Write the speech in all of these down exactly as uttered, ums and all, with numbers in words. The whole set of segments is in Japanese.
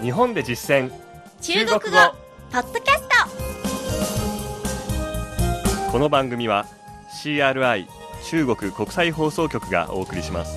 日本で実践中国語ポッドキャスト。 この番組は シーアールアイ 中国国際放送局がお送りします。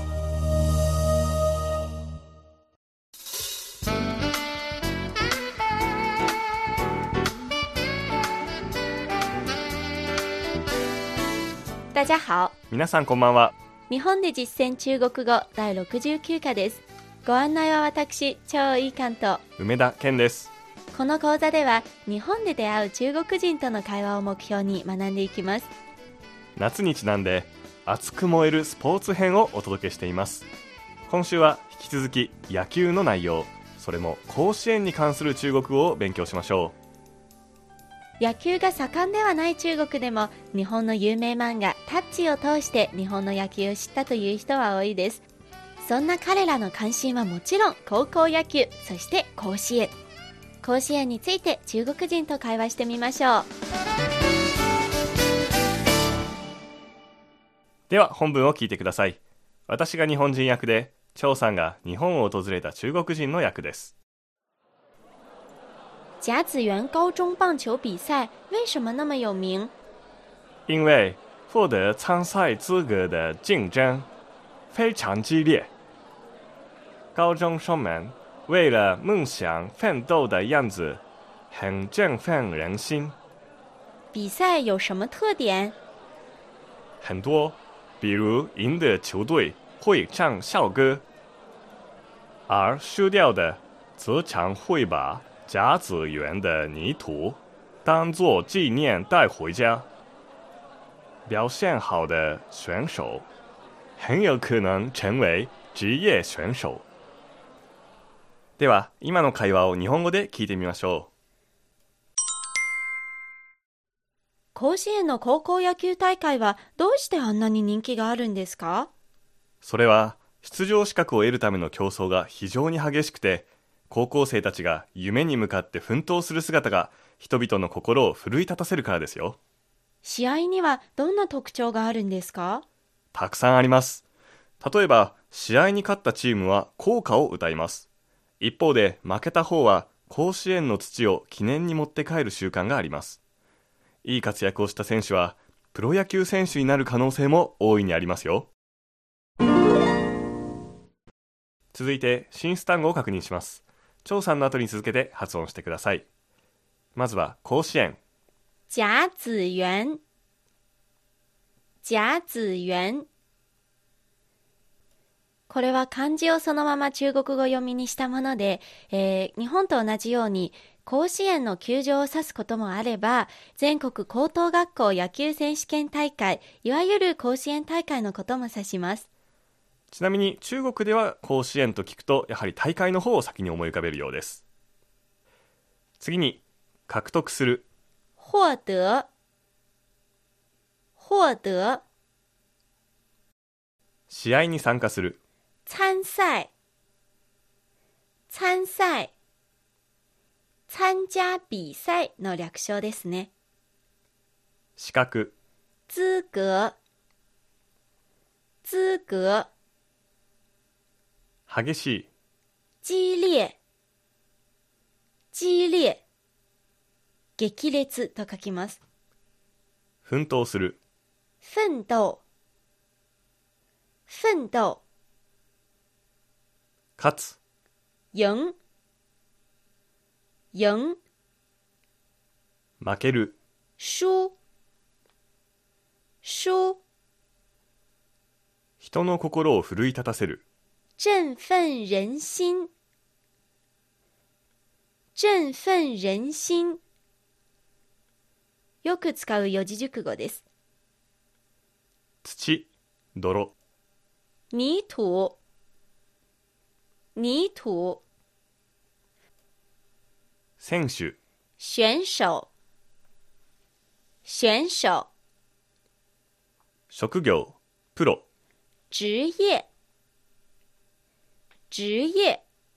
大家好。 皆さんこんばんは。 日本で実践中国語だいろくじゅうきゅう課です。ご案内は私、張井監と梅田健です。 この講座では日本で出会う中国人との会話を目標に学んでいきます。 夏にちなんで熱く燃えるスポーツ編をお届けしています。今週は引き続き野球の内容、それも甲子園に関する中国語を勉強しましょう。野球が盛んではない中国でも日本の有名漫画タッチを通して日本の野球を知ったという人は多いです。そんな彼らの関心はもちろん高校野球、そして甲子園。甲子園について中国人と会話してみましょう。 では本文を聞いてください。私が日本人役で、張さんが日本を訪れた中国人の役です。 甲子園高中棒球比賽为什么那么有名？ 因为获得参赛资格的竞争非常激烈，高中生们为了梦想奋斗的样子很振奋人心。 比赛有什么特点？ 很多，比如赢的球队会唱校歌，而输掉的则常会把甲子园的泥土当作纪念带回家。表现好的选手很有可能成为職業選手。では今の会話を日本語で聞いてみましょう。 甲子園の高校野球大会はどうしてあんなに人気があるんですか？ それは出場資格を得るための競争が非常に激しくて、高校生たちが夢に向かって奮闘する姿が人々の心を奮い立たせるからですよ。 試合にはどんな特徴があるんですか？ たくさんあります。例えば試合に勝ったチームは校歌を歌います。一方で負けた方は甲子園の土を記念に持って帰る習慣があります。いい活躍をした選手はプロ野球選手になる可能性も大いにありますよ。続いて新単語を確認します。張さんの後に続けて発音してください。まずは甲子園。 甲子園、甲子園。これは漢字をそのまま中国語読みにしたもので、えー、日本と同じように甲子園の球場を指すこともあれば、全国高等学校野球選手権大会、いわゆる甲子園大会のことも指します。 ちなみに中国では甲子園と聞くとやはり大会の方を先に思い浮かべるようです。次に獲得する。 獲得、獲得。 試合に参加する。 参賽、参賽。参加比賽の略称ですね。 資格。 資格、資格。 激しい。 激烈、激烈。激烈と書きます。 奮闘する。 奮闘、奮闘。 勝つ。 贏、贏。 負ける。 輸、輸。 人の心を奮い立たせる。 振奮人心、振奮人心。よく使う四字熟語です。 土、泥。 泥土、泥土。 選手。 選手、選手。 職業、プロ。 職業、職業。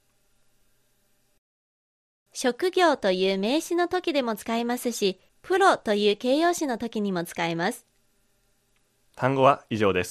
職業という名詞の時でも使いますし、プロという形容詞の時にも使えます。 単語は以上です。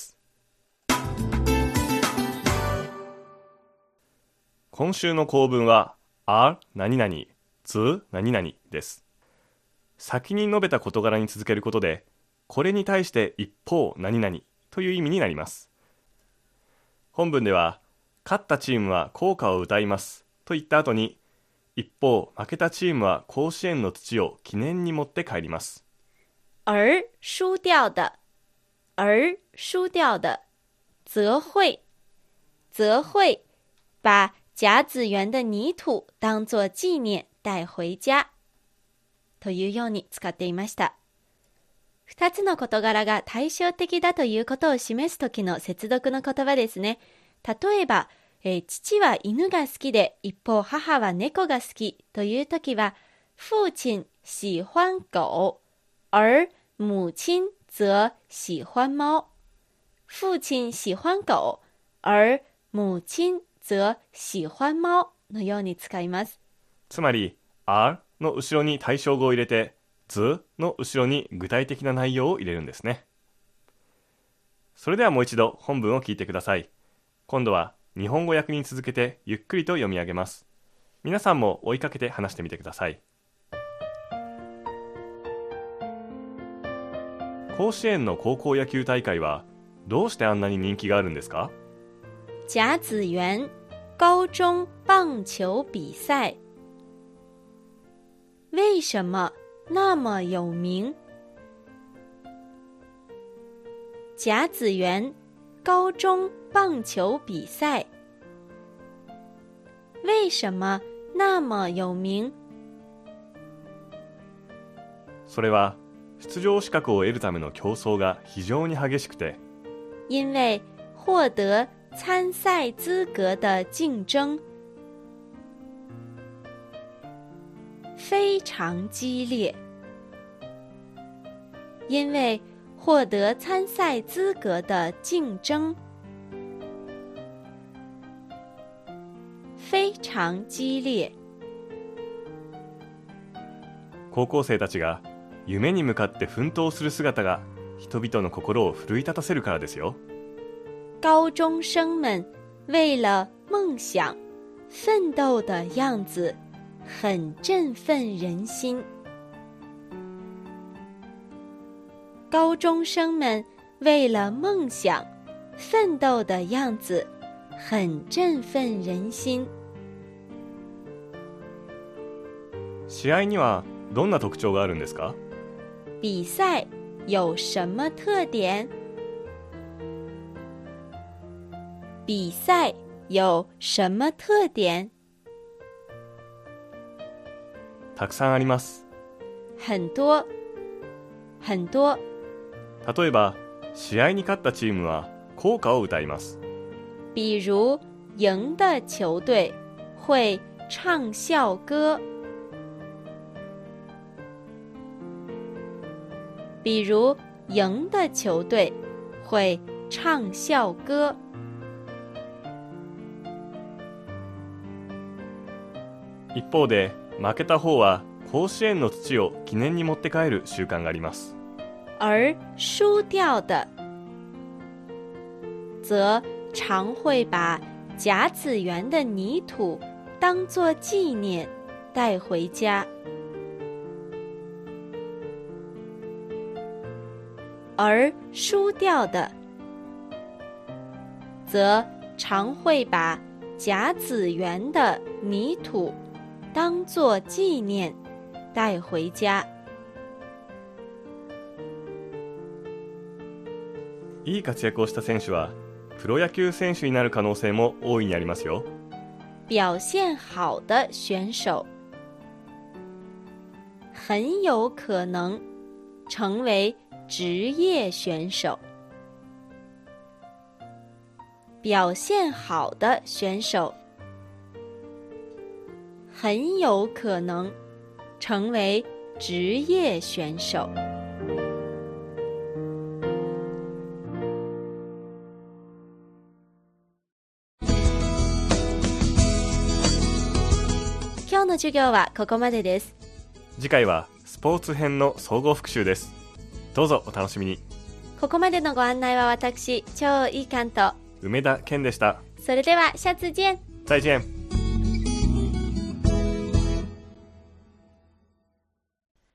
今週の構文は而何々、つ何々です。先に述べた事柄に続けることで、これに対して一方何々という意味になります。本文では、勝ったチームは校歌を歌いますと言った後に、一方負けたチームは甲子園の土を記念に持って帰ります。 而输掉的、而输掉的则会、则会把甲子園的泥土当作紀念帶回家というように使っていました。二つの事柄が対照的だということを示すときの接続の言葉ですね。例えば、えー、父は犬が好きで一方母は猫が好きというときは、父親喜歡狗、而母親則喜歡貓。父親喜歡狗、而母親則喜歡貓のように使います。 つまり、而の後ろに対象語を入れて、図の後ろに具体的な内容を入れるんですね。それではもう一度本文を聞いてください。今度は日本語訳に続けてゆっくりと読み上げます。皆さんも追いかけて話してみてください。甲子園の高校野球大会はどうしてあんなに人気があるんですか？ 甲子園高中棒球比賽為什麼那麼有名？甲子園高中棒球比賽為什麼那麼有名？ それは出場資格を得るための競争が非常に激しくて、 因為獲得參賽資格的競爭非常激烈。因為獲得參賽資格的競爭非常激烈。 高校生たちが夢に向かって奮闘する姿が人々の心を奮い立たせるからですよ。 高中生們為了夢想奮鬥的樣子很振奮人心。高中生們為了夢想奮鬥的樣子很振奮人心。 試合にはどんな特徴があるんですか？ 比賽有什麼特點？比賽有什麼特點？ たくさんあります。 很多很多。 例えば、試合に勝ったチームは校歌を歌います。 比如贏的球隊會唱校歌。比如贏的球隊會唱校歌。 一方で、負けた方は甲子園の土を記念に持って帰る習慣があります。 而輸掉的則常會把甲子園的泥土當作紀念帶回家。而輸掉的則常會把甲子園的泥土當作紀念帶回家。 いい活躍をした選手はプロ野球選手になる可能性も大いにありますよ。 表現好的選手很有可能成為職業選手。表現好的選手很有可能成為職業選手。今日の授業はここまでです。 次回はスポーツ編の総合復習です。どうぞお楽しみに。 ここまでのご案内は私、超いい関と梅田健でした。 それでは下次見。 再见。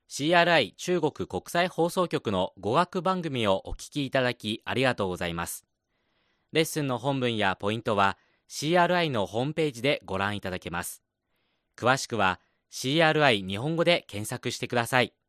シーアールアイ 中国国際放送局の語学番組をお聞きいただきありがとうございます。レッスンの本文やポイントは シーアールアイ のホームページでご覧いただけます。詳しくは シーアールアイ 日本語で検索してください。